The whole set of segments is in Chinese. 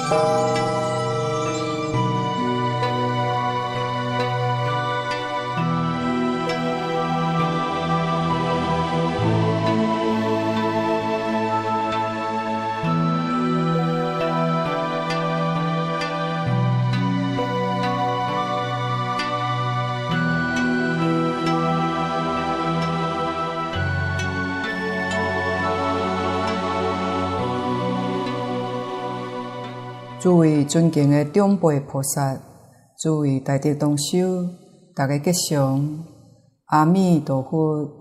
诸位尊敬的长辈菩萨，诸位大德同修，大家吉祥，阿弥陀佛。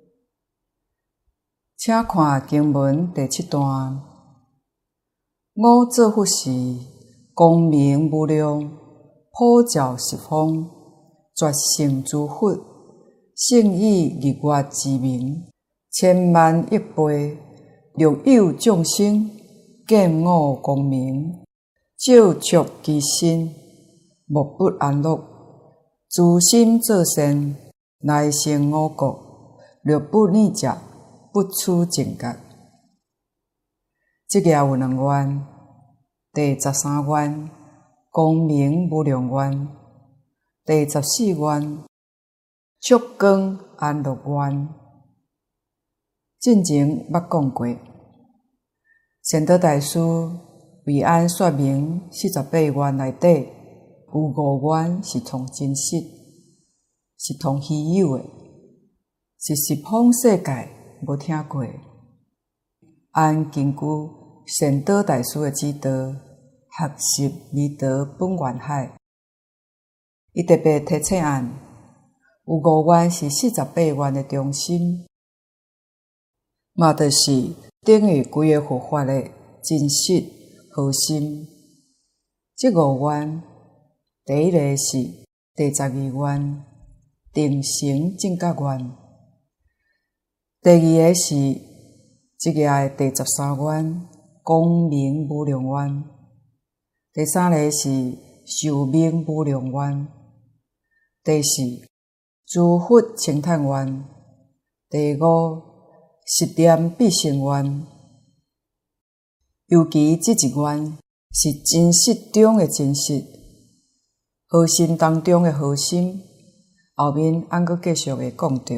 请看经文第7段：我作佛时，光明无量，普照十方，绝圣诸佛，圣意日月之明，千万亿倍，若有众生见我光明，照触其身，莫不安乐，自心作善，来生我国，若不逆者，不处净觉。这个有2愿，第13愿，光明无量愿；第14愿，触光安乐愿。进前捌讲过，善导大师为按说明48愿内底有5愿是通真实，是通稀有的，是十方世界无听过。按根据善导大师的指导，学习弥陀本愿海，伊特别提醒按有5愿是48愿的中心，嘛就是等于规个佛法的真实核心。这5愿，第一个是第12愿，定成正觉愿；第二个是这个第13愿，光明无量愿；第3个是寿命无量愿；第4，诸佛称叹愿；第5，十念必生愿。尤其这一愿是真实中的真实，核心当中的核心。后面还佫继续会讲到，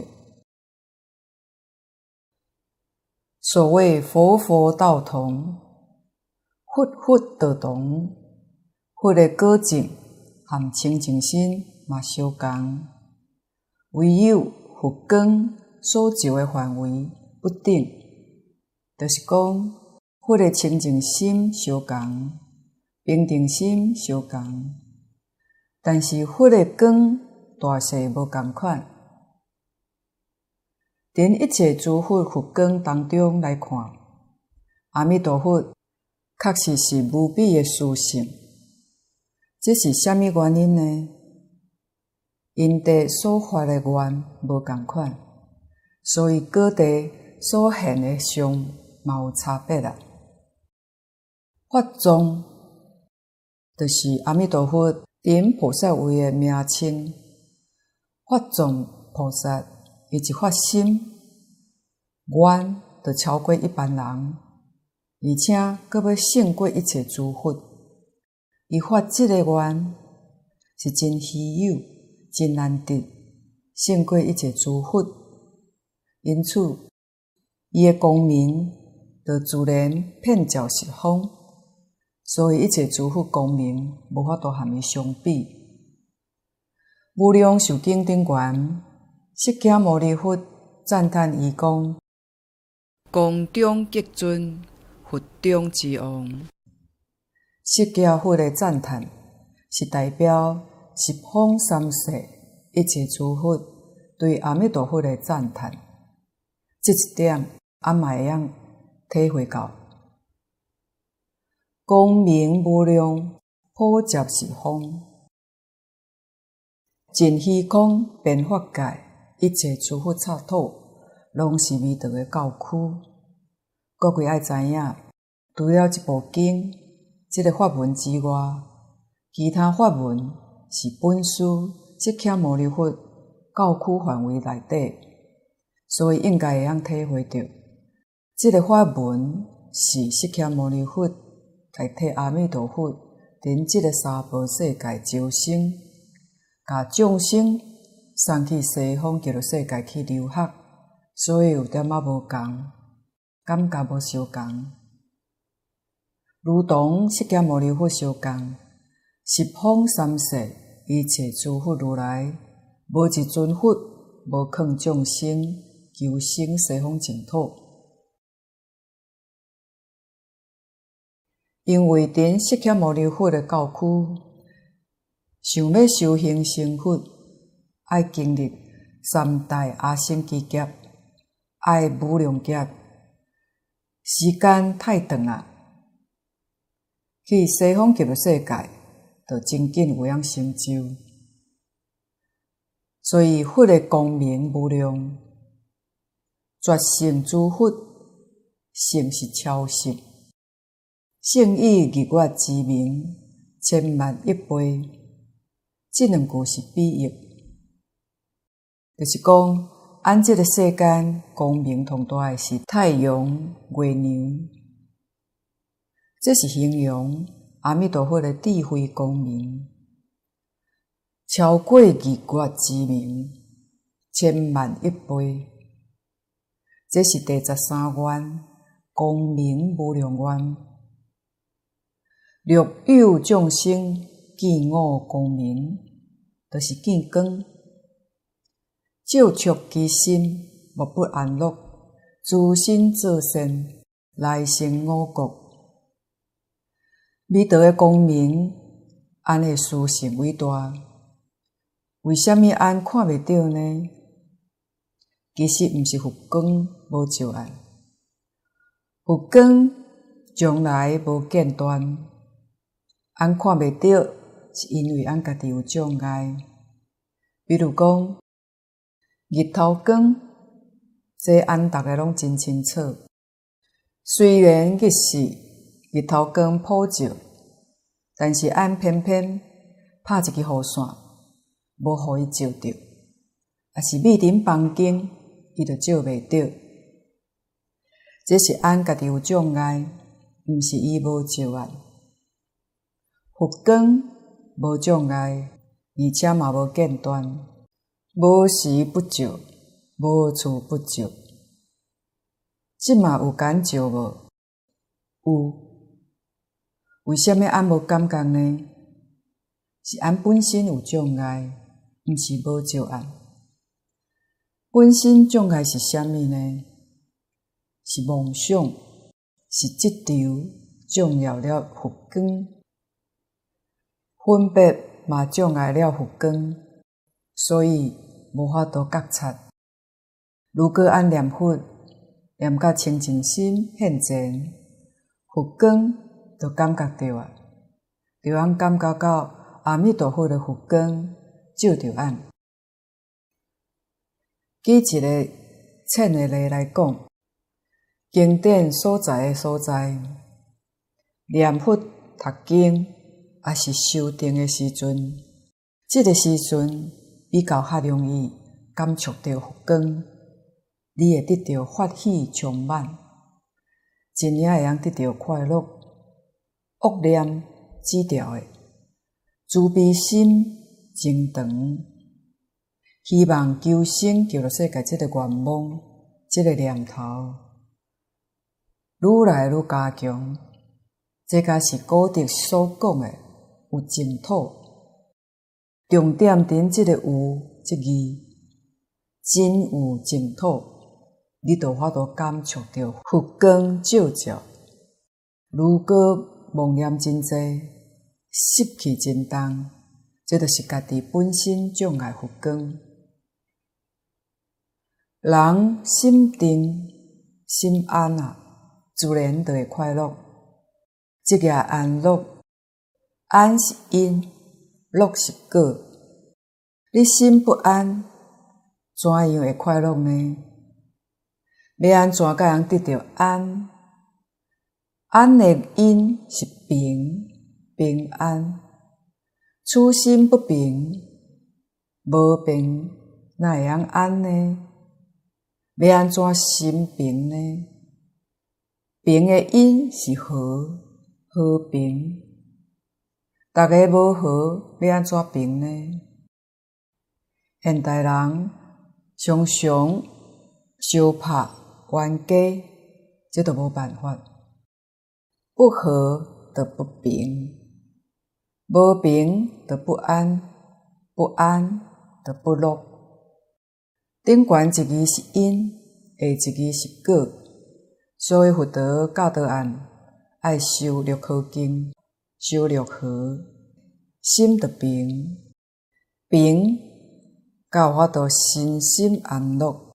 所谓佛佛道同，佛佛道同，佛的果证和清净心嘛相同，唯有佛光所照的范围不等，就是讲佛的清净心相同，平定心相同，但是佛的光大小无同款。从一切诸佛佛光当中来看，阿弥陀佛确实是无比的殊胜。这是什么原因呢？因地所发的愿无同款，所以各地所现的相嘛有差别啦。法藏就是阿弥陀佛顶菩萨位的名称。法藏菩萨伊一发心，愿就超过一般人，而且阁要胜过一切诸佛。伊发这个愿是真稀有、真难得，胜过一切诸佛。因此，伊的光明就自然遍照十方，所以一切诸佛光明无法度和伊相比。无量寿经顶缘，释迦牟尼佛赞叹伊讲：光中极尊，佛中之王。释迦佛的赞叹是代表十方三世一切诸佛对阿弥陀佛的赞叹，这一点也嘛会用体会到。光明无量，普照十方，尽虚空遍法界，一切诸佛刹土，拢是弥陀的教区。各位爱知影，除了这部经，这个法文之外，其他法文是本师释迦牟尼佛教区范围内底，所以应该会用体会到，这个法文是释迦牟尼佛来替阿弥陀佛伫即个三宝世界招生，甲众生送去西方极乐世界去留学，所以有点仔无共，感觉无相共。如同释迦牟尼佛相共，十方三世一切诸佛如来，无一尊佛无劝众生求生西方净土。因为伫释迦牟尼佛的教区，想要修行成佛，爱经历三大阿僧祇劫，爱无量劫，时间太长啊！去西方极乐世界，就真紧有样成就。所以佛的光明无量，绝圣诸佛，圣是超圣，圣意日月之明，千万亿倍。这两句是比喻，就是讲，咱这个世间光明通大的是太阳、月亮。这是形容阿弥陀佛的智慧光明，超过日月之明，千万亿倍。这是第13愿，光明无量愿。若有众生见我光明，就是见光，照触其心，莫不安乐，自心作善，来生我国。弥陀的光明，安的殊胜伟大，为什么安看袂到呢？其实毋是佛光无照安，佛光从来无间断，安看袂到，是因为安家己有障碍。比如讲，日头光，这安大家拢真清楚。虽然日时日头光普照，但是俺偏偏拍一支雨伞，无互伊照着，也是密顶房间，伊就照袂着。这是俺家己有障碍，毋是伊无照俺。佛光无障碍，而且嘛无间断，无时不照，无处不照。即嘛有感照无？有。为什么俺无感觉呢？是俺本身有障碍，毋是无照俺。本身障碍是啥物呢？是妄想，是执着障碍了佛光，分别嘛障碍了佛光，所以无法度觉察。如果俺念佛，念甲清净心现前，佛光就感觉到啊，就通感觉到阿弥陀佛的佛光照着俺。举一个浅的例来讲，经典所在的所在，念佛读经，也是修定的时阵，这个时阵比较较容易感触到佛光，你会得到法喜充满，真正会晓得到快乐。恶念止掉的，慈悲心增长，希望求生极乐世界这个愿望，这个念头，愈来愈加强。这才是古德所讲的有净土。重点伫这个有这字，真有净土，你就法度感触到佛光照照。如果妄念真济，习气真重，这就是家己本身障碍佛光。人心定心安啊，自然就会快乐。这个安乐，安是因，乐是果。你心不安，怎样会快乐呢？要安怎才能得到安？安的因是平，平安。处心不平，无平，哪会晓安呢？要安怎心平呢？平的因是和， 和平。大家无和，要安怎平呢？现代人常常相拍冤家，这就无办法。不和就不平，无平就不安，不安就不乐。顶悬一字是因，下一字是果。所以佛陀教导俺爱修六和经，修六和，心就平，平才有法度身心安乐。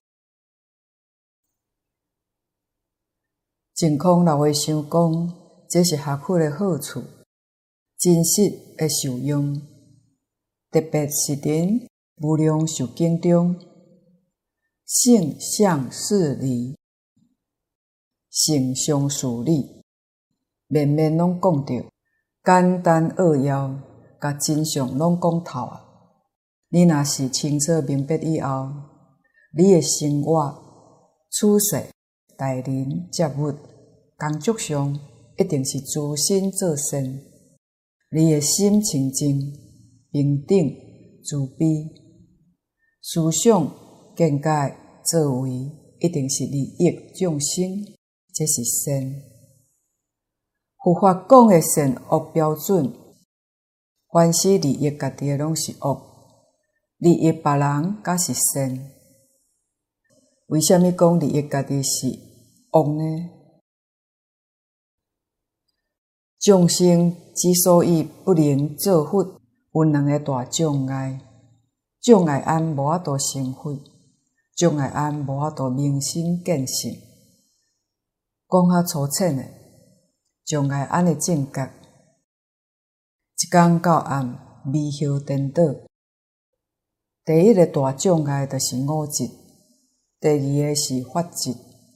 净空老和尚讲，这是学佛的好处，真实的受用，特别是伫无量寿经中，性相事理、性相事理，面面拢讲着，简单扼要，甲真相拢讲透啊！你若是清楚明白以后，你的生活、处世、待人接物、工作上，一定是自身做善。你的心清净、平等、慈悲，思想、见解、作为，一定是利益众生，这是善。佛法讲的善恶标准，凡是利益家己的拢是恶，利益别人才是善。为什么讲利益家己是恶呢？众生之所以不能做佛，有两个大障碍。障碍安无法度成佛，障碍安无法度明心见性。讲较粗浅的，障碍安的正觉，一天到暗迷惑颠倒。第一个大障碍就是五执，第二个是法执。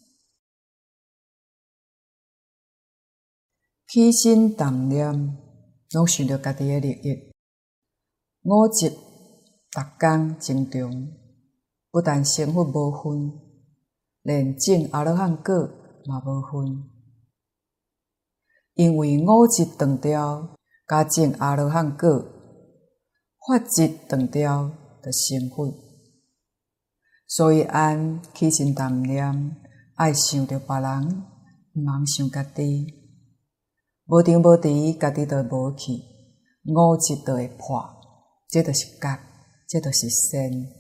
起心动念，拢想着家己的利益。五执逐工增重，不但成佛无分，连证阿罗汉果嘛无分。因为五执断掉，加证阿罗汉果；法执断掉，就成佛。所以按起心动念，爱想着别人，毋通想家己。无定无持，家己就无去，五执就会破，这就是觉，这就是善。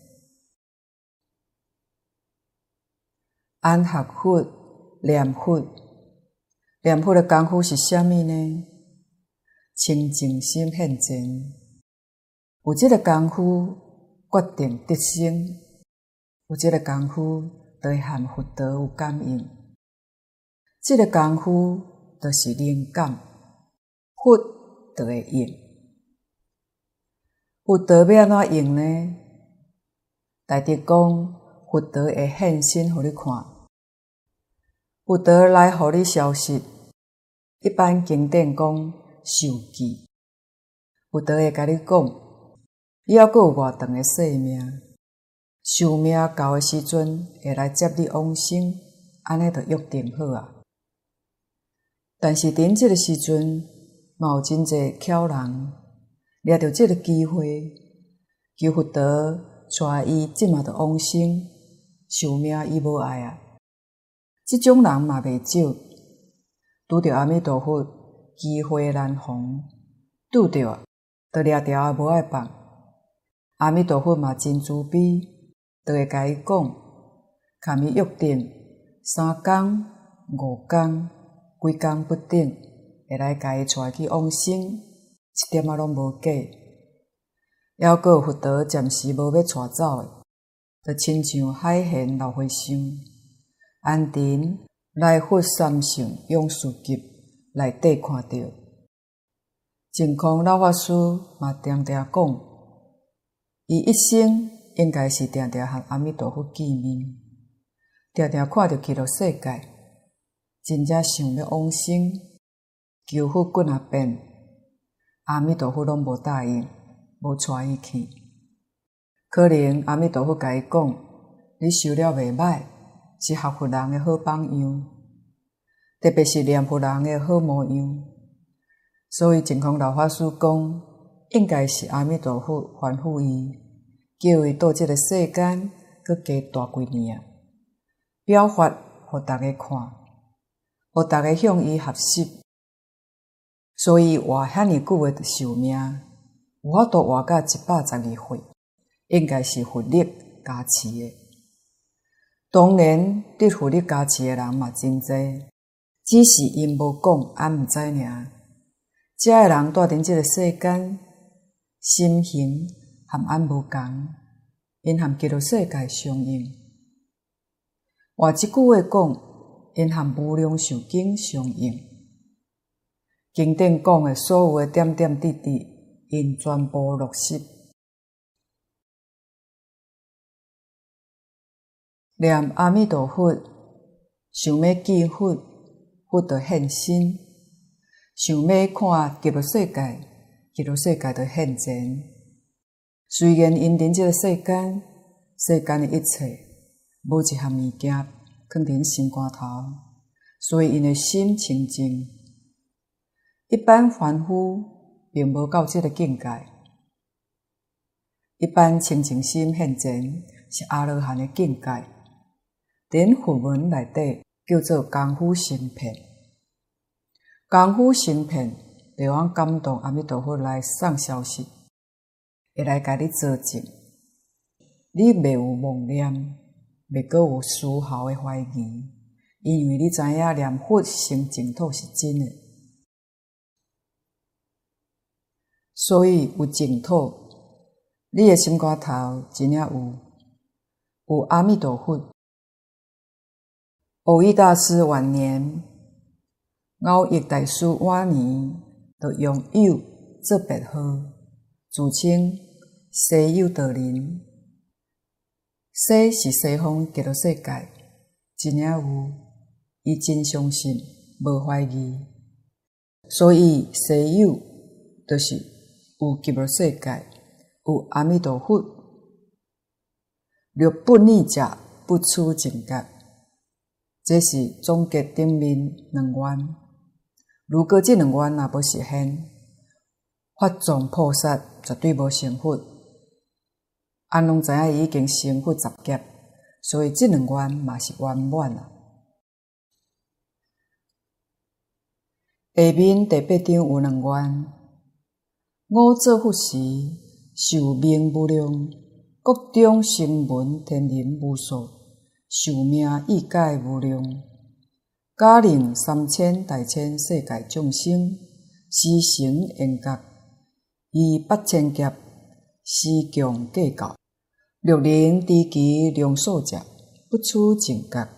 安学佛、念佛，念佛的功夫是啥物呢？清净心现前，有这个功夫，决定得生；有这个功夫，就会和佛陀有感应。这个功夫就是灵感，佛就会用。佛陀要安怎用呢？大德讲，佛陀会现身互你看，佛陀来互你消息。一般经典讲受记，佛陀会甲你讲，你还阁有偌长的生命，寿命到的时阵会来接你往生，安尼就约定好啊。但是伫即个时阵，嘛有真侪巧人掠着即个机会，求佛陀带伊即马就往生，寿命伊无爱啊。即种人嘛袂少，拄着阿弥陀佛，机会难逢，拄着就掠条也无爱放。阿弥陀佛嘛真慈悲，就会甲伊讲，甲伊约定3天、5天。规工不等，会来甲伊带去往生，一点仔拢无假。还佫有佛陀暂时无要带走的，就亲像海贤老和尚、安陈来佛三乘勇士集内底看到。净空老法师嘛常常讲，伊一生应该是常常和阿弥陀佛见面，常常看到极乐世界。真正想要往生，求佛几啊遍，阿弥陀佛拢无答应，无带伊去。可能阿弥陀佛甲伊讲，你修了袂歹，是学佛人的好榜样，特别是念佛人的好模样。 所以净空老法师讲，应该是阿弥陀佛吩咐伊，叫伊到这个世间，搁加大几年啊，表法互大家看，互大家向伊学习。所以活遐尼久的寿命，有法度活到112岁，应该是佛力加持的。当然，得佛力加持的人嘛真侪，只是因无讲，俺毋知尔。遮个人住伫即个世间，心行和俺无共，因和极乐世界相应。换一句话讲，因和无量寿经相应。经典讲的所有的点点滴滴，因全部落实。念阿弥陀佛，想要见佛，佛就现身；想要看极乐世界，极乐世界就现前。虽然因伫即个世间，世间的一切无一项物件放伫心肝头，所以因的心清净。一般凡夫并无到这个境界，一般清净心现前是阿罗汉的境界。伫佛门内底叫做功夫成片，功夫成片就往感动阿弥陀佛来送消息，会来甲你做证，你袂有妄念，袂阁有丝毫的怀疑，因为你知影念佛成净土是真的。所以有净土，你的心肝头真正有阿弥陀佛。蕅益大师晚年，蕅益大师晚年，就用有做别号，自称西有道人。西是西方极乐世界，真正有，伊真相信，无怀疑。所以西有就是有极乐世界，有阿弥陀佛。若不逆者，不出净觉。这是总结顶面两愿。如果这两愿若无实现，法藏菩萨绝对无成佛。俺拢知影伊已经成佛10劫，所以这两愿嘛是圆满啊。下面第8章有两愿：我做佛时，寿命无量，各种声闻天人无数。寿命意界无量，假令3000大千世界众生施成缘觉，以8000劫施供计较，若能知其量数者，不出净觉。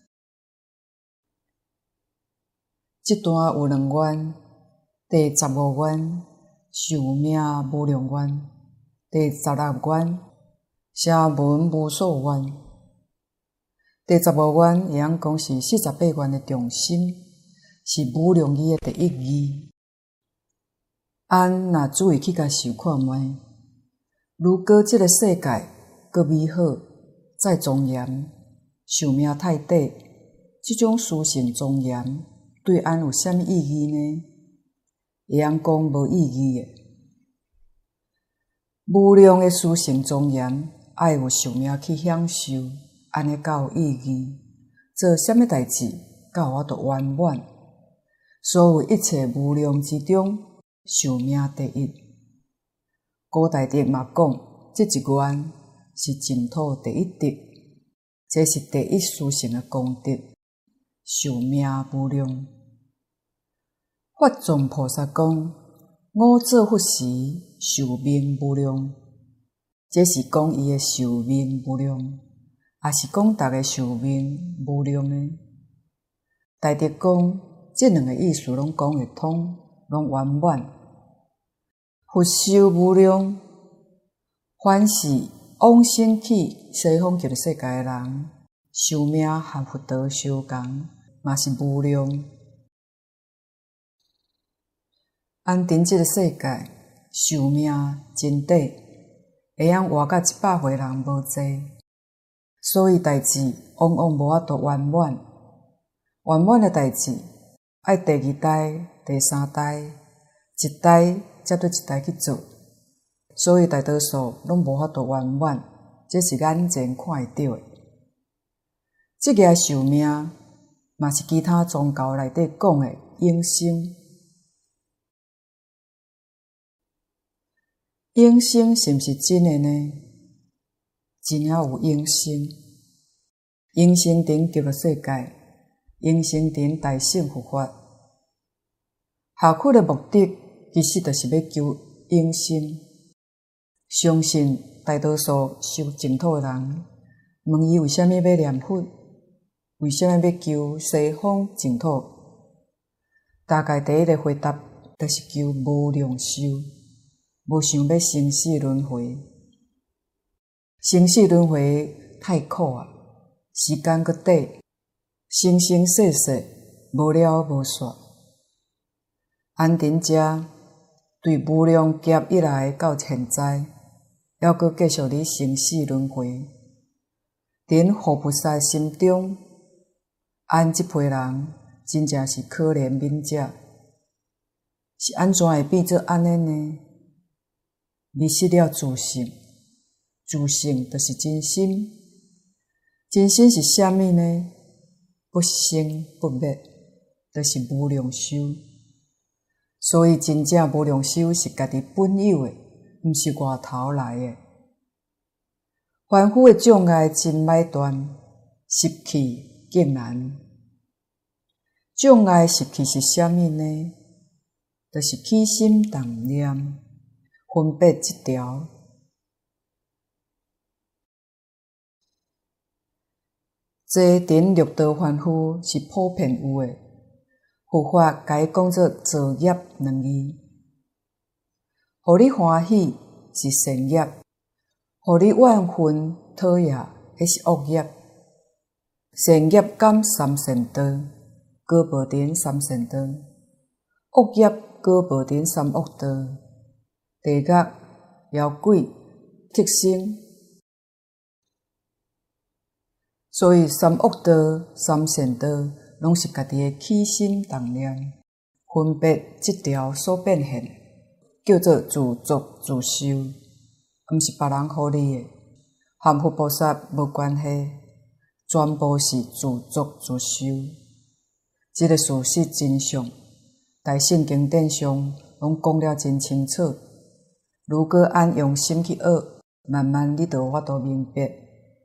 这段有两愿，第15愿寿命无量愿，第16愿声闻无数愿。第15愿会晓讲是48愿的重心，是无量义的第一义。俺若注意去甲想看觅，如果这个世界阁美好，再庄严，寿命太短，这种殊胜庄严对俺有啥物意义呢？会晓讲无意义的。无量的殊胜庄严，爱有寿命去享受。安尼才有意义，做什么代志才有法度圆满。所有一切无量之中，寿命第一。古大德嘛讲，这一愿是净土第一德，这是第一殊胜的功德，寿命无量。法藏菩萨讲，我做佛时，寿命无量，这是讲伊的寿命无量。也是讲逐个寿命无量的。大德讲，这两个意思拢讲会通，拢圆满。佛寿无量，凡是往生去西方极乐世界的人，寿命和佛陀相共，嘛是无量。咱伫这个世界，寿命真短，会晓活到100岁人无侪。所以代志往往无法度圆满，圆满的代志爱第2代、第3代， 一代才对一代去做，所以大多数拢无法度圆满，这是眼前看会到的。这个寿命嘛是其他宗教内底讲的永生。永生是毋是真的呢？真正有永生，永生顶极乐世界，永生顶大乘佛法。学佛的目的其实就是要求永生。相信大多数修净土的人，问伊为虾米要念佛，为虾米要求西方净土？大概第一个回答就是求无量寿，无想要生死轮回。生死轮回太苦啊，时间搁短，生生世世无了无煞。安定者对无量劫以来到现在，还搁继续伫生死轮回。伫佛菩萨心中，安这批人真正是可怜悯者。是安怎会变做安尼呢？迷失了自性，自性就是真心。真心是啥物呢？不生不灭，就是无量寿。所以真正无量寿是家己本有的，毋是外头来的。凡夫的障碍真歹断，失去竟难。障碍失去是啥物呢？就是起心动念，分别这条。这顶六道凡夫是普遍有的，佛法该讲作造业两字。互你欢喜是善业，互你怨恨讨厌那是恶业。善业减三善道，果报顶三善道；恶业果报顶三恶道。地狱、妖鬼、畜生。所以三恶道、三善道，拢是家己的起心动念，分别这条所变现，叫做自作自受，毋是别人互你的，和佛菩萨无关系，全部是自作自受。这个事实真相，大圣经典上拢讲了真清楚。如果按用心去学，慢慢你就有法度明白。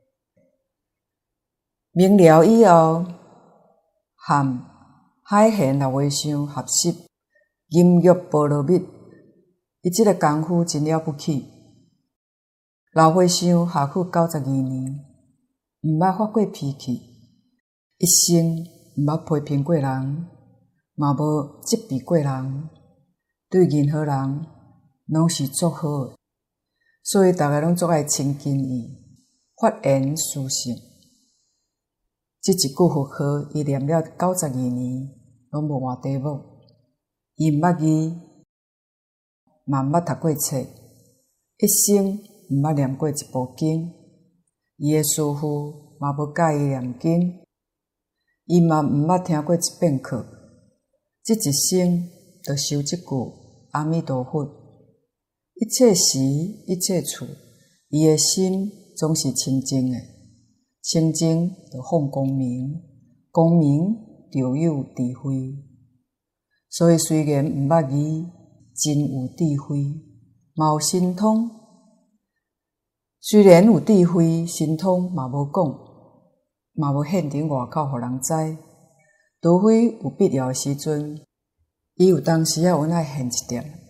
明了以后，和海贤老和尚合适，音乐波罗蜜，伊这个功夫真了不起。老和尚下去92年，毋捌发过脾气，一生毋捌批评过人，嘛无责备过人，对任何人拢是足好的，所以大家拢足爱亲近伊，发言殊胜。这一句佛号，伊念了92年，拢无换题目。伊毋捌字，嘛毋捌读过册，一生毋捌念过一部经。伊的师父嘛无教伊念经，伊嘛毋捌听过一遍课。这一生就修这句阿弥陀佛。一切时一切处，伊的心总是清净的。清净就放光明，光明就有智慧。所以虽然毋捌字，真有智慧，嘛有神通。虽然有智慧，神通嘛无讲，嘛无显伫外口互人知。除非有必要的时阵，伊有当时啊阮爱现一点。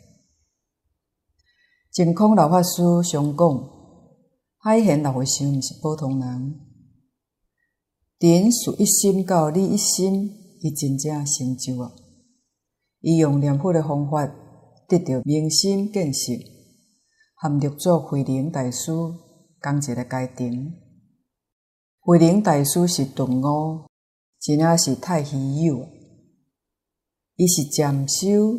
净空老法师常讲，海贤老和尚毋是普通人。人事一心到你一心，伊真正成就啊！伊用念佛的方法，得到明心见性，和六祖慧能大师同一个阶层。慧能大师是顿悟，真正是太稀有啊！伊是渐修，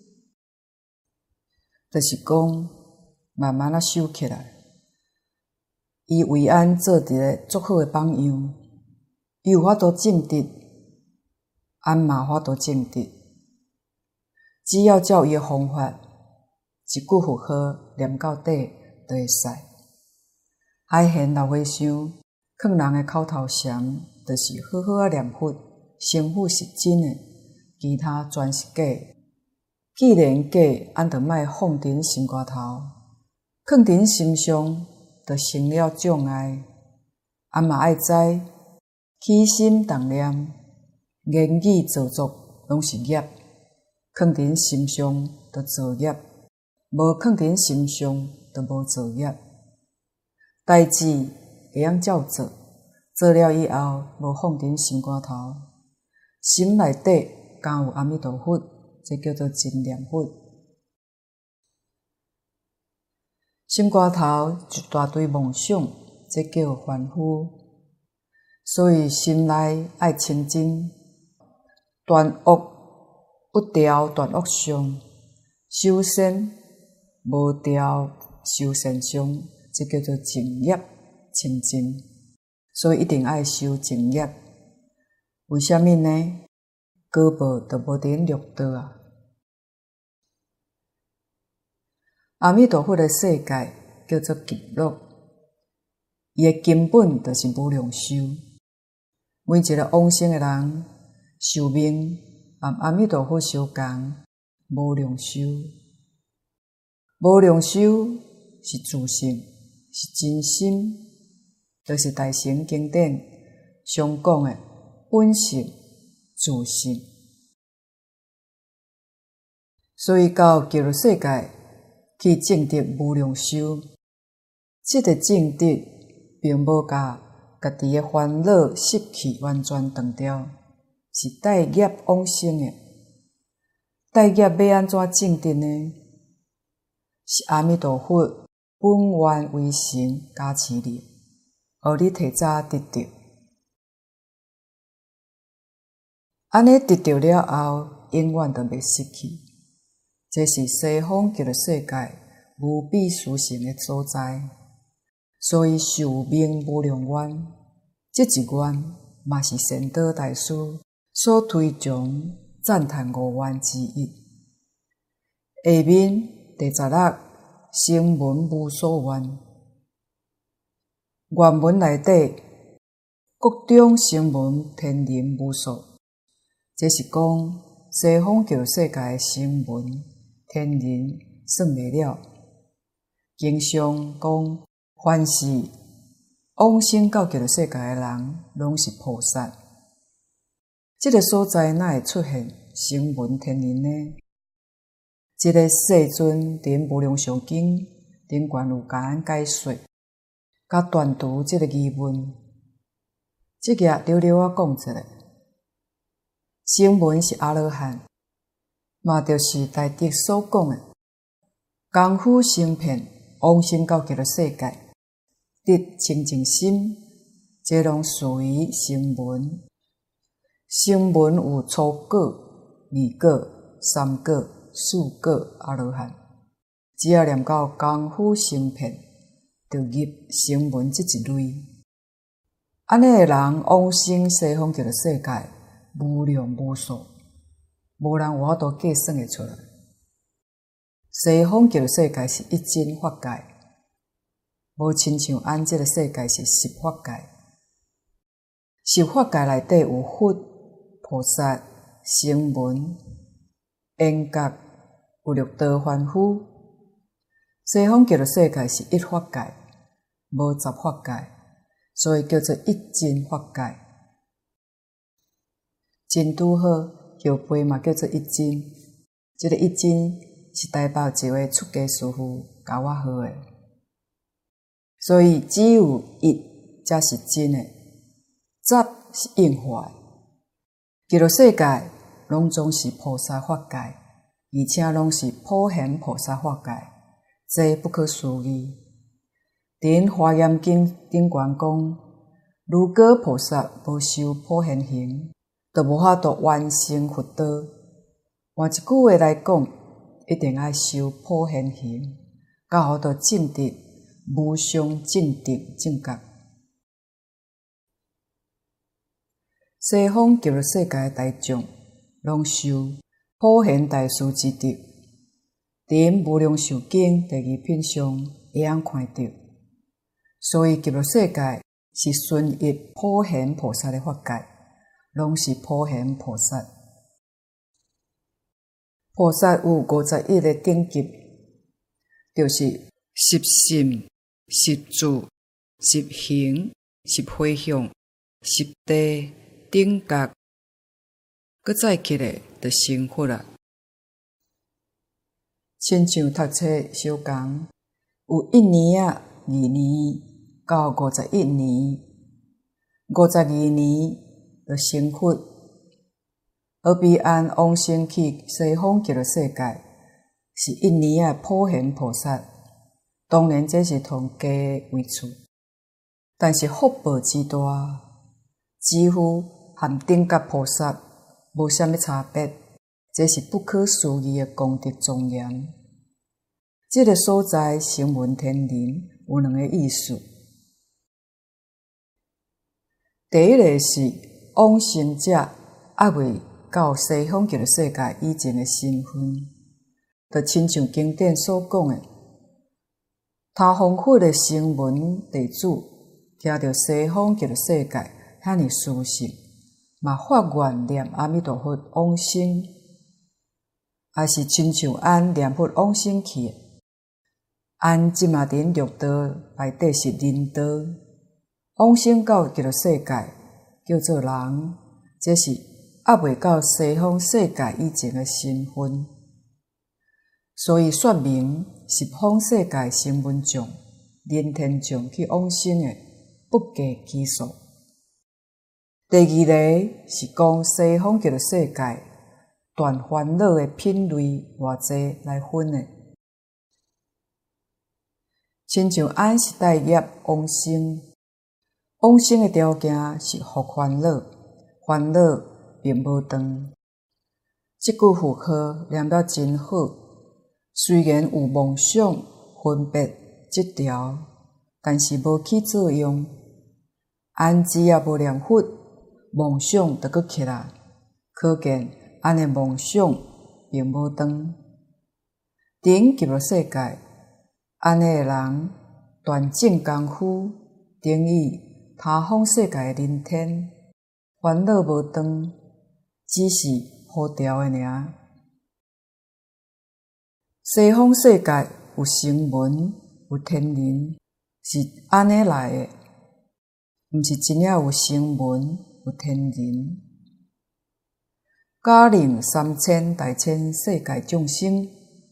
就是讲慢慢修起来。伊为咱做一个足好的榜样。伊有法度证得，俺嘛法度证得。 只要照伊诶方法，一句佛号念到底就会使。海贤老和尚劝人诶口头禅，就是好好念佛，成佛是真诶，其他全是假。既然假，咱就莫放伫心肝头，放伫心上，就成了障碍。嘛爱知，起心动念、言语造作，拢是业。放伫心上，就造业；无放伫心上，就无造业。代志会晓照做，做了以后，无放伫心肝头，心内底敢有阿弥陀佛，这叫做真念佛。心肝头一大堆妄想，这叫凡夫。所以心内爱清净，断恶不掉断恶相，修善无掉修善相，这叫做净业清净。所以一定爱修净业。为什么呢？果报就无伫六道啊！阿弥陀佛的世界叫做极乐，伊的根本就是无量寿。每一个往生的人寿命和阿弥陀佛相共，无量寿。无量寿是自性，是真心，就是大乘经典常讲的本性自性。所以到极乐世界去证得无量寿，这个证得并无甲家己的烦恼习气完全断掉，是带业往生的。带业要安怎证得呢？是阿弥陀佛本愿威神加持你，互你提早得到。安尼得到了后，永远都袂失去。这是西方极乐世界无比殊胜的所在。所以寿命无量愿，这一愿嘛是善导大师所推崇赞叹5愿之一。下面第16声闻无所愿，愿文内底各种声闻天人无数，这是讲西方极乐世界的声闻天人算袂了。经常讲，凡是往生到极乐世界的人，拢是菩萨。这个所在哪会出现声闻天人呢？这个世尊伫无量寿经顶悬有甲咱解说，甲断除这个疑问。这个溜溜仔讲一下，声闻是阿罗汉，嘛就是大德所讲的功夫成片，往生到极乐世界，得清净心，这拢属于声闻。声闻有初果、二果、三果、四果阿罗汉，只要念到功夫成片，就入声闻这一类。安尼的人往生西方极乐世界无量无数，无人有法度计算会出来。西方极乐世界是一真法界，无亲像咱这个世界是十法界。十法界内底有佛、菩萨、声闻、缘觉、有六道凡夫。西方极乐世界是一法界，无十法界，所以叫做一真法界。真拄好，后辈嘛叫做一真。这个一真是台北一位出家师父教我学的。所以只有一才是真的，十是应化的。极乐世界拢总是菩萨法界，而且拢是普贤菩萨法界，这不可思议。伫《华严经》顶悬讲，如果菩萨无修普贤行，就无法度完成佛道。换一句话来讲，一定要修普贤行，才好度证得无上正定正觉。西方极乐世界的大众拢修普贤大师之德，伫《无量寿经》第2品上会晓看到。所以极乐世界是顺益普贤菩萨的法界，拢是普贤菩萨。菩萨有51个等级，就是十信、十住、十行、十回向、十地、等觉，搁再起来就成佛啦。亲像读册相共，有1年啊、2年到51年，52年就成佛。而彼岸往生去西方极乐世界，是1年啊普贤菩萨。当然这是同家为处，但是福报之大，几乎和等觉菩萨无啥物差别。这是不可思议的功德庄严。这个所在声闻天人有2个意思。第一个是往生者还未到西方极乐世界以前的身份，就亲像经典所讲的，他方佛的声闻弟子听到西方极乐世界遐尼殊胜，嘛发愿念阿弥陀佛往生，也是亲像按念佛往生去的。按即嘛伫六道内底是人道，往生到极乐世界叫做人，这是还未到西方世界以前的身份。所以说明十方世界声闻众、人天众去往生的不计其数。第二个是讲西方极乐世界断烦恼的品类偌济来分的，亲像按时代业往生，往生的条件是福烦恼，烦恼并无长。这句符号念得真好，虽然有妄想分别这条，但是无起作用。按只也无念佛，妄想就搁起来，可见按的妄想并无长。顶极乐世界，按的人断正功夫，等于他方世界的人天，烦恼无长，只是好调的尔。西方世界有声闻，有天人，是安尼来的，毋是真正有声闻，有天人。假令3000大千世界众生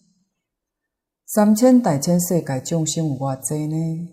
，3000大千世界众生有偌济呢？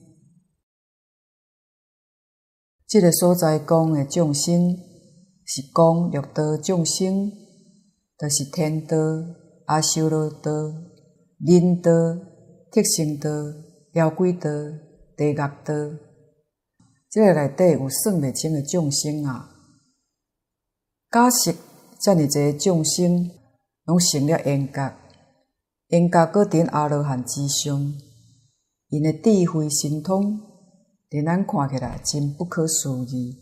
这个所在讲的众生，是讲六道众生，就是天道、阿修罗道、人道、特生道、妖鬼道、地狱道。这个内底有算袂清的众生啊！假设遮尔济众生拢成了缘觉，缘觉搁伫阿罗汉之上，因的智慧神通，令咱看起来真不可思议。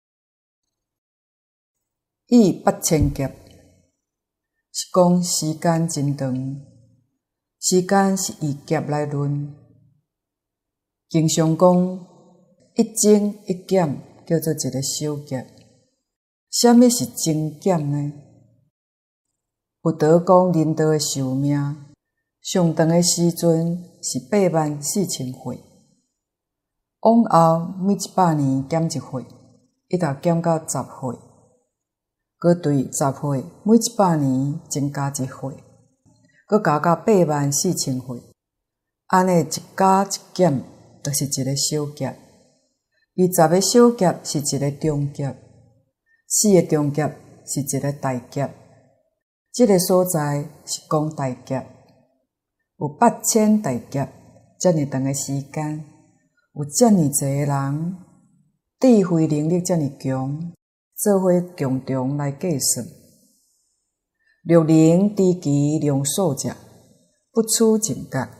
以8000劫是讲时间真长，时间是以劫来论。经常讲一增一减叫做一个小劫。什么是增减呢？佛陀讲人道的寿命上长的时阵是84000岁，往后每100年减1岁，一直减到10岁，搁对10岁每100年增加1岁，搁加到84000岁。安尼一加一减，就是一个小劫。20个小劫是一个中劫，4个中劫是一个大劫。这个所在是讲大劫，有8000大劫，遮尔长的时间，有遮尔济个人，智慧能力遮尔强，做伙共同来计算。六能知其量数者，不取正觉。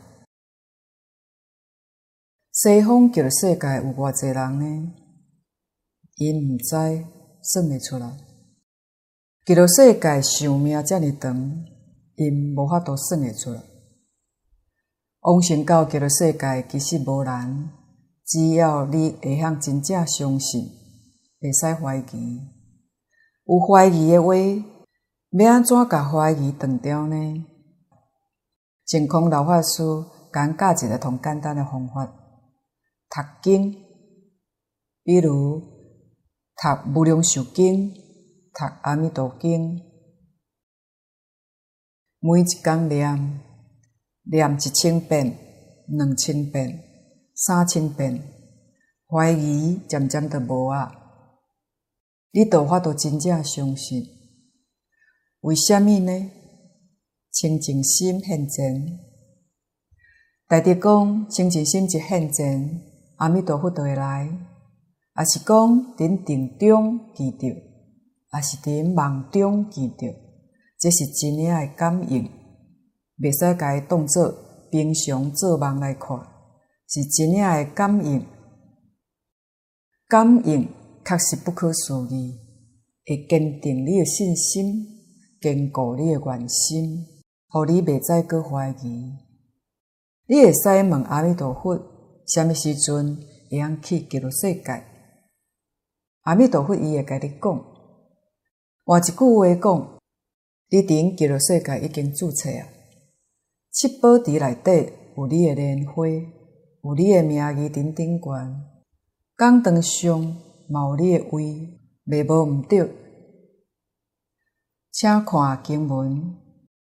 西方极乐世界有偌济人呢？因毋知，算袂出来。 极乐世界寿命遮尔长，因无法度算会出来。往生到极乐世界其实无难，只要你会晓真正相信，袂使怀疑。有怀疑的话，要安怎甲怀疑断掉呢？净空老法师讲教一个同简单的方法：读经，比如读《无量寿经》、读《阿弥陀经》，每一天念1000遍、2000遍、3000遍，怀疑渐渐就无啊。你就有法度真正相信。为什么呢？清净心现前。大德讲，清净心一现前，阿弥陀佛就会来；也是讲伫定中见到，也是伫梦中见到，这是真正的感应，袂使甲伊当作平常做梦来看，是真正的感应。感应确实不可思议，会坚定你的信心，坚固你的愿心，互你袂再搁怀疑。你会使问阿弥陀佛，什么时阵会晓去极乐世界？阿弥陀佛伊会甲你讲。换一句话讲，你伫极乐世界已经注册啊，七宝池内底有你的莲花，有你的名义顶顶悬，讲堂上嘛有你的位，袂无毋对。请看经文：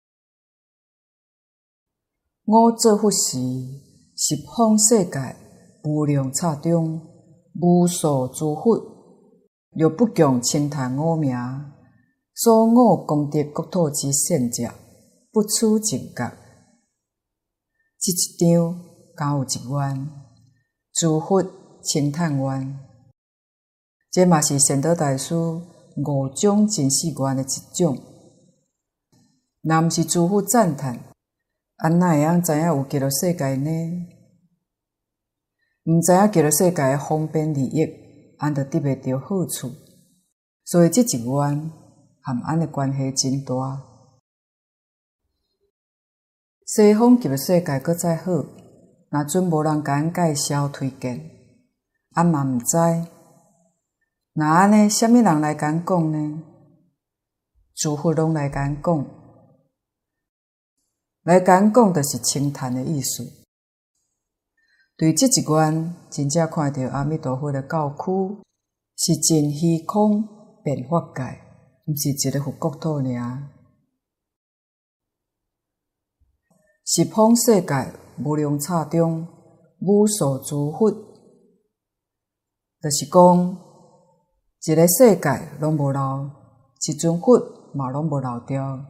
我作佛时，十方世界无量刹中，无数诸佛，若不共称叹我名，所我功德国土之善者，不取净觉。这一张敢有一愿，诸佛称叹愿。这嘛是善导大师5种真实愿的一种。若毋是诸佛赞叹，安那会晓知影有极乐世界呢？毋知影极乐世界的方便利益，安就得袂到好处。所以这一愿和安的关系真大。西方极乐世界搁再好，若准无人甲咱介绍推荐，俺嘛毋知。若安尼，什么人来甲咱讲呢？诸佛拢来甲咱讲，来甲咱讲，就是称叹的意思。对这一愿，真正看到阿弥陀佛的教区是真虚空变法界，毋是一个佛国土尔。十方世界无量刹中，无数诸佛，就是讲一个世界拢无漏，一尊佛嘛拢无漏掉。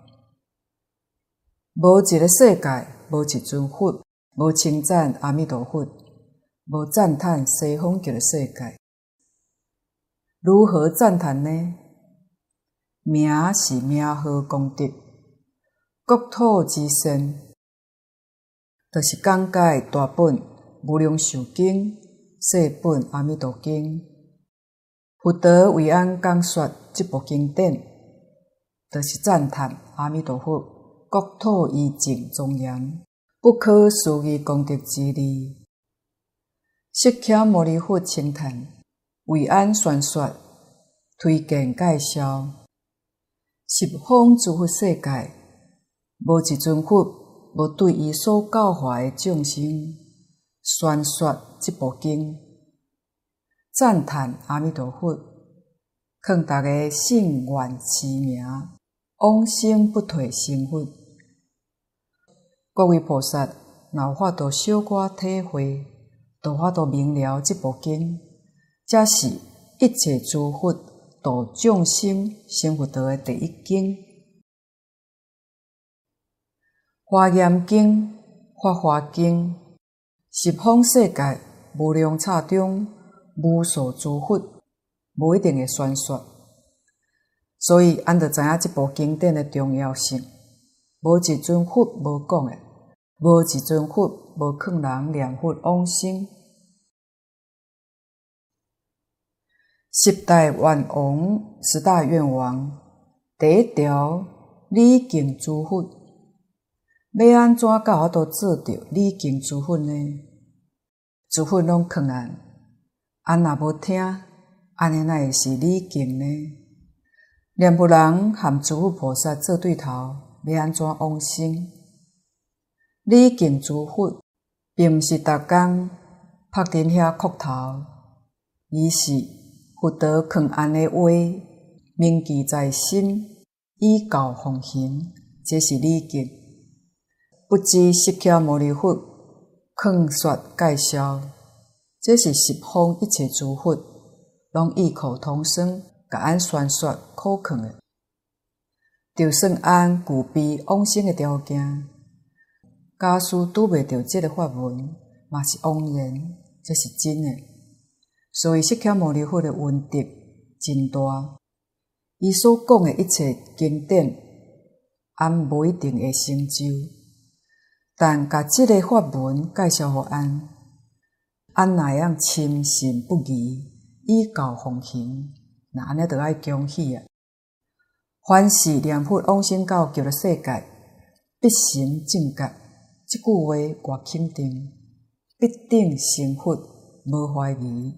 无一个世界，无一尊佛，无称赞阿弥陀佛，无赞叹西方极乐世界。如何赞叹呢？名是名号功德，国土之善，就是讲解大本无量寿经、细本阿弥陀经。佛陀为咱讲说这部经典，就是赞叹阿弥陀佛国土义净庄严，不可思议功德之力。释迦牟尼佛称叹，为咱宣说、推荐介绍，十方诸佛世界，无一尊佛无对伊所教化的众生宣说这部经，赞叹阿弥陀佛，劝大家信愿持名，往生不退成佛。各位菩萨，若有法度小可体会，就法度明了这部经，这是一切诸佛度众生成佛道的第一经。华严经、法华经，十方世界无量刹中，无数诸佛，无一定会宣说。所以，咱就知影这部经典的重要性。无一尊佛无讲的，无一尊佛无劝人念佛往生。十大愿王、十大愿王， 第一条，礼敬诸佛。要安怎教我都做到礼敬诸佛呢？诸佛拢劝俺若无听，安尼哪会是礼敬呢？念佛人和诸佛菩萨做对头，要安怎往生？礼敬诸佛，并毋是逐工拍伫遐磕头，而是佛陀劝安的话，铭记在心，以教奉行，这是礼敬。不知释迦牟尼佛劝说介绍，这是十方一切诸佛拢异口同声，甲俺宣说可劝的，就算俺具备往生的条件，假使拄袂到这个法门，嘛是枉然，这是真的。所以释迦牟尼佛的恩德真大，伊所讲的一切经典，俺无一定会成就，但甲这个法门介绍互俺，俺哪会样深信不疑，以教奉行，那安尼就爱恭喜啊！凡是念佛往生到极乐世界，必成正觉，这句话我肯定，必定成佛，无怀疑。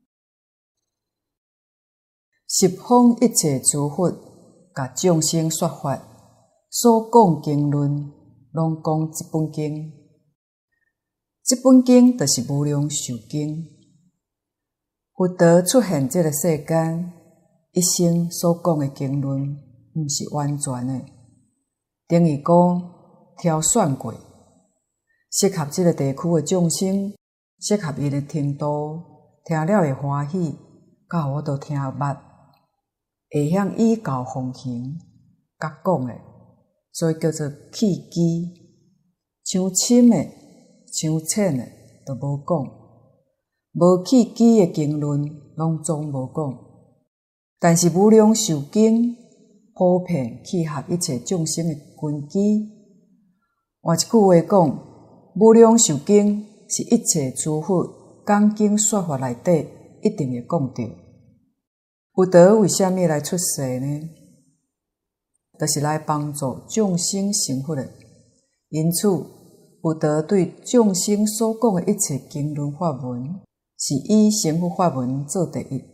十方一切诸佛，甲众生说法，所讲经论，拢讲这本经。这本经就是无量寿经。佛陀出现这个世间，一生所讲的经论，毋是完全的，等于讲挑选过，适合这个地区的众生，适合伊的程度，听了会欢喜，甲我都听捌，会晓以教奉行，甲讲的，所以叫做契机。像深的、像浅的，都无讲。无契机的经论，拢总无讲。但是无量寿经，普遍契合一切众生的根基。换一句话讲，无量寿经是一切诸佛讲经说法内底一定会讲到。佛陀为什么来出世呢？就是来帮助众生成佛的。因此，佛陀对众生所讲的一切经论法文，是以成佛法门做第一。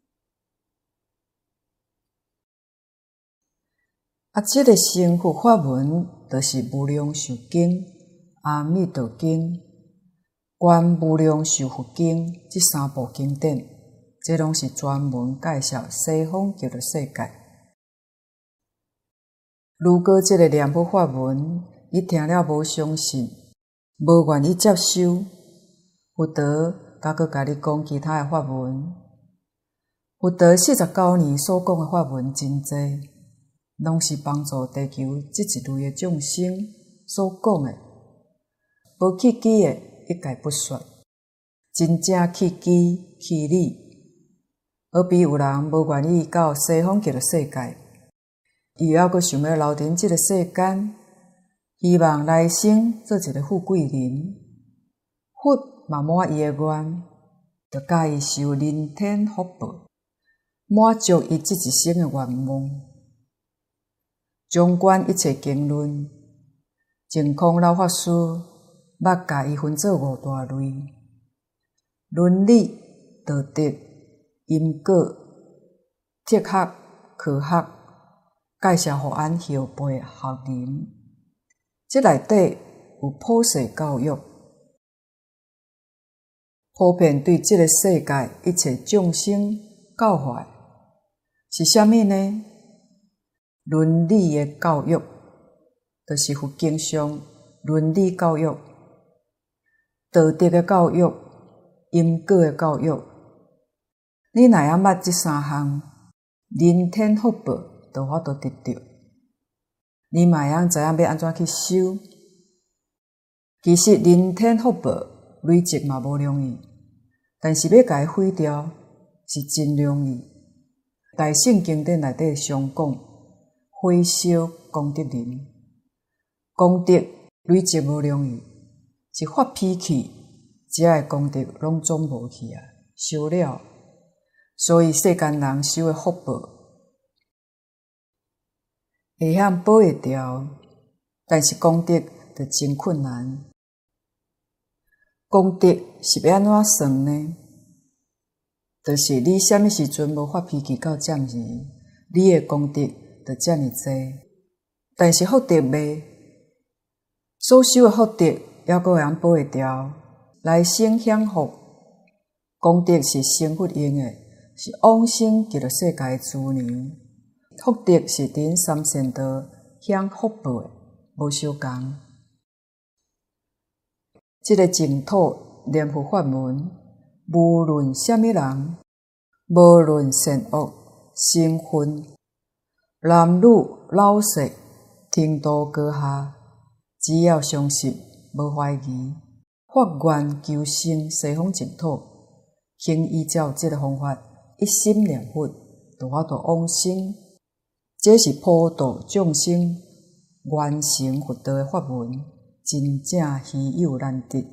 这个成佛法门，就是无量寿经、阿弥陀经、观无量寿佛经这三部经典，这拢是专门介绍西方极乐世界。如果这个念佛法门，你听了无相信，无愿意接受，佛陀还佫甲你讲其他的法文。佛陀49年所讲的法文真济，拢是帮助地球这一类的众生所讲的。无契机的，一概不说；真正契机契理，而比有人无愿意到西方极乐世界，伊还佫想要留伫这个世间，希望来生做一个富贵人。佛嘛满伊的愿，就教伊受人天福报，满足伊这一生的愿望。纵观一切经论，净空老法师捌甲伊分做5大类：伦理、道德、因果、哲学、科学，介绍互咱后辈学人。这内底有普世教育，普遍对这个世界一切众生教化，是啥物呢？伦理的教育，就是佛经上伦理教育；道德的教育，因果的教育。你若晓捌这三项，人天福报就法度得到。你嘛会知影要安怎去修。其实人天福报累积嘛无容易，但是要甲伊毁掉是真容易。大圣经典内底常讲，火烧功德林，功德累积无容易，是发脾气，遮个功德拢总无去啊，烧了。所以世间人修的福报， 会晓保会牢，但是功德就真困难。功德是要安怎算呢？就是你什么时阵无发脾气到这么，你的功德就这么多。但是福德未，所修的福德还阁会晓保会牢，来生享福。功德是成佛用的，是往生极乐世界的资粮。福德是伫三善道享福报的，无相共。这个净土念佛法门，无论什么人，无论善恶、身份、男女老少、程度高下，只要相信，无怀疑，发愿求生西方净土，请依照这个方法，一心念佛，就法度往生。这是普度众生、完成佛道的法门，真正稀有难得。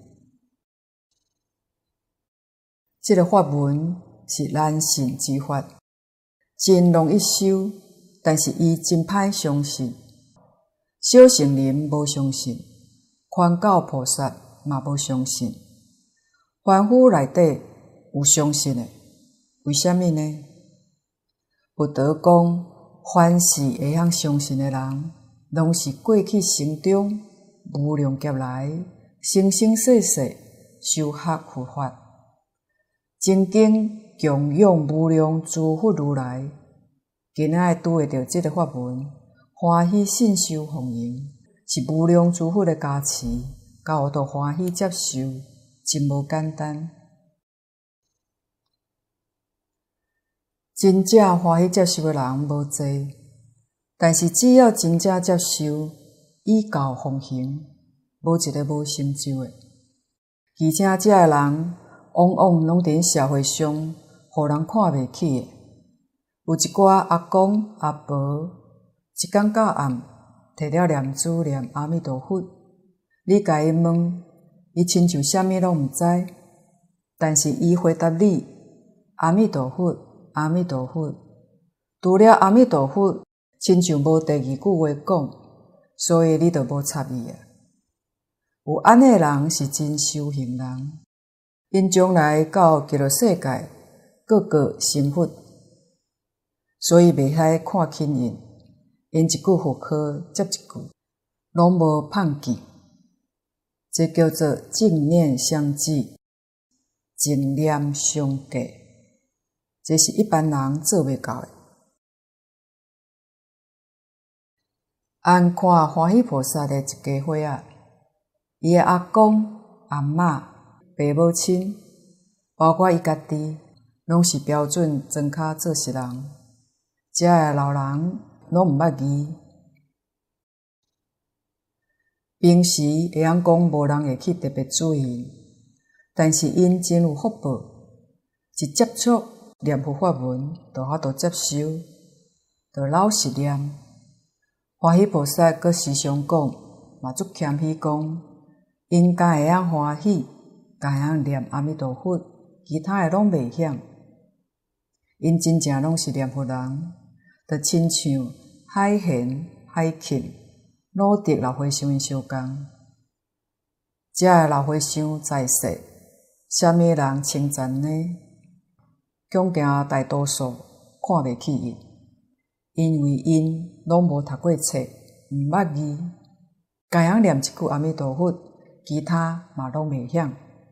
这个法门是难信之法，真容易修，但是伊真歹相信。小乘人无相信，宽教菩萨嘛无相信，凡夫内底有相信的，为什么呢？佛陀讲，凡是会晓相信的人，拢是过去生中无量劫来生生世世修学佛法。曾经供养无量诸佛如来，今仔拄会到这个法门，欢喜信受奉迎，是无量诸佛的加持，教我都欢喜接受，真无简单。真正欢喜接受的人无多，但是只要真正接受，依教奉行，无一个无成就的。而且这个人往往拢伫社会上，互人看袂起的。有一寡阿公阿婆，一天到暗摕了念珠念阿弥陀佛，你甲伊问，伊亲像啥物拢毋知，但是伊回答你：阿弥陀佛，阿弥陀佛。除了阿弥陀佛，亲像无第二句话讲，所以你就无插伊啊。有安尼的人是真修行人。因将来到极乐世界，个个成佛，所以袂使看轻因。因一句佛号接一句，拢无放弃。这叫做正念相继，正念相继。这是一般人做袂到的。按看欢喜菩萨的一家伙仔，伊的阿公、阿嬷、爸母亲，包括伊家己，拢是标准庄脚做事人。遮个老人拢毋捌字，平时会晓讲无人会去特别注意，但是因真有福报，一接触念佛法门，就法度接受，就老实念。欢喜菩萨阁时常讲，嘛足谦虚讲，因敢会晓欢喜。会晓念阿弥陀佛，其他的拢袂晓。因真正拢是念佛人，就亲像海贤、海庆、鲁德老和尚因相共。遮个老和尚在世，啥物人称赞呢？恐惊大多数看袂起因，因为因拢无读过册，毋捌字，会晓念一句阿弥陀佛，其他嘛拢袂晓。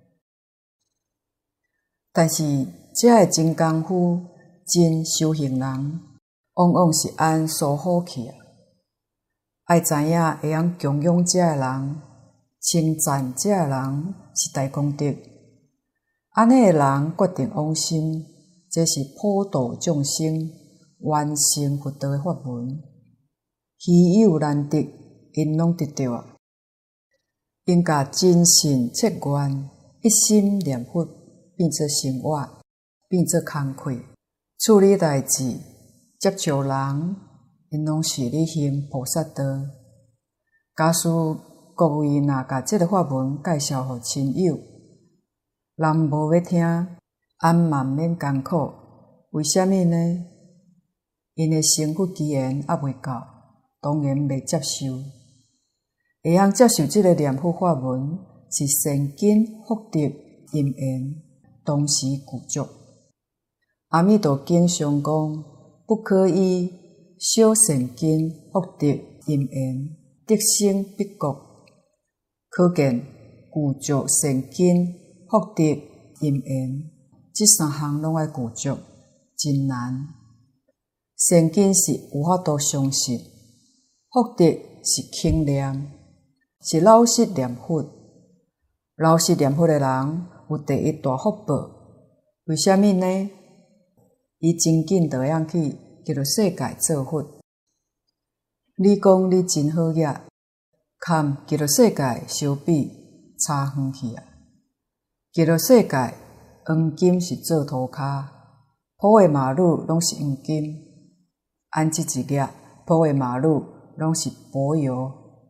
但是，这个真功夫、真修行人，往往是按疏好去啊。爱知影会晓供养这个人，称赞这个人是大功德。安尼的人决定往生，这是普度众生、完成佛道的法门，稀有难得，因拢得到啊。应甲真心切愿，一心念佛。变做生活，变做工课，处理代志，接触人，因拢是咧行菩萨道。假使各位若甲这个法门介绍互亲友，人无要听，安嘛免艰苦。为什么呢？因的成佛机缘还未到， 当然袂接受。会晓接受这个念佛法门，是善根福德因缘同时具足。阿弥陀经上讲，不可以小善根福德因缘得生彼国，可见具足善根福德因缘，这三项拢爱具足，真难。善根是有法度相信，福德是轻念，是老实念佛。老实念佛的人有第一大福报，为什么呢？伊真紧就会晓去极乐世界做佛。你讲你真好业，堪极乐世界相比差远去啊！极乐世界黄金是做涂骹，铺的马路拢是黄金。按这一业铺的马路拢是柏油，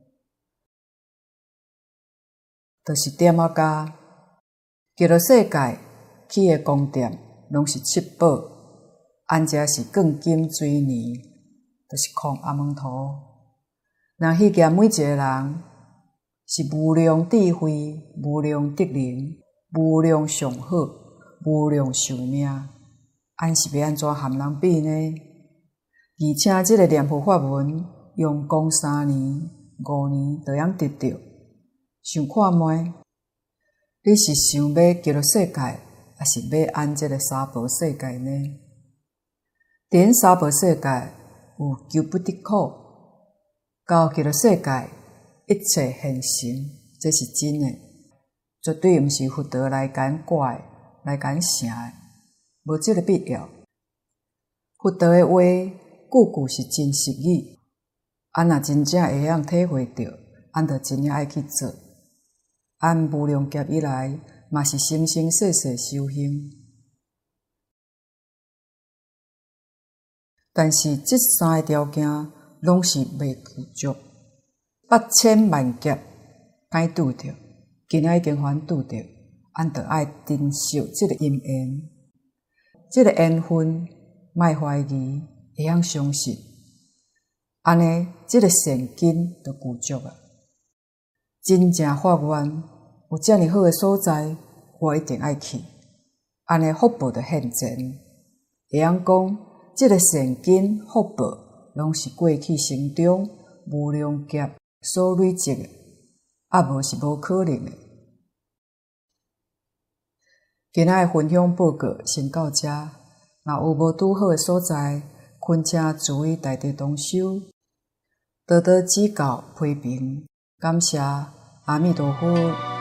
就是点仔加。极乐世界起的宫殿拢是七宝，按这是钢筋水泥，就是空阿门陀。那迄件每一个人是无量智慧、无量德能、无量上好、无量寿命，按是要安怎含人比呢？而且这个念佛法门用讲3年、5年就通得到，想看觅，你是想要极乐世界，还是要安这个三宝世界呢？伫三宝世界有求不得苦，到极乐世界一切现成，这是真的，绝对毋是佛陀来讲怪、来讲成的，无这个必要。佛陀的话句句是真实语，按若真正会晓体会到，按着真正爱去做。按无量劫以来，嘛是生生世世修行。但是这三个条件拢是未具足，8000万劫歹拄着，今仔已经还拄着，按着爱珍惜这个因缘，这个缘分，莫怀疑，会晓相信，安尼这个善根就具足啊！真正发愿有这么好的所在，我一定爱去，安尼福报就现前，会晓讲这个善根福报，拢是过去生中无量劫所累积的，无是无可能的。今仔的分享报告先到这，若有无拄好的所在，恳请诸位大德同修多多指教批评，感谢阿弥陀佛。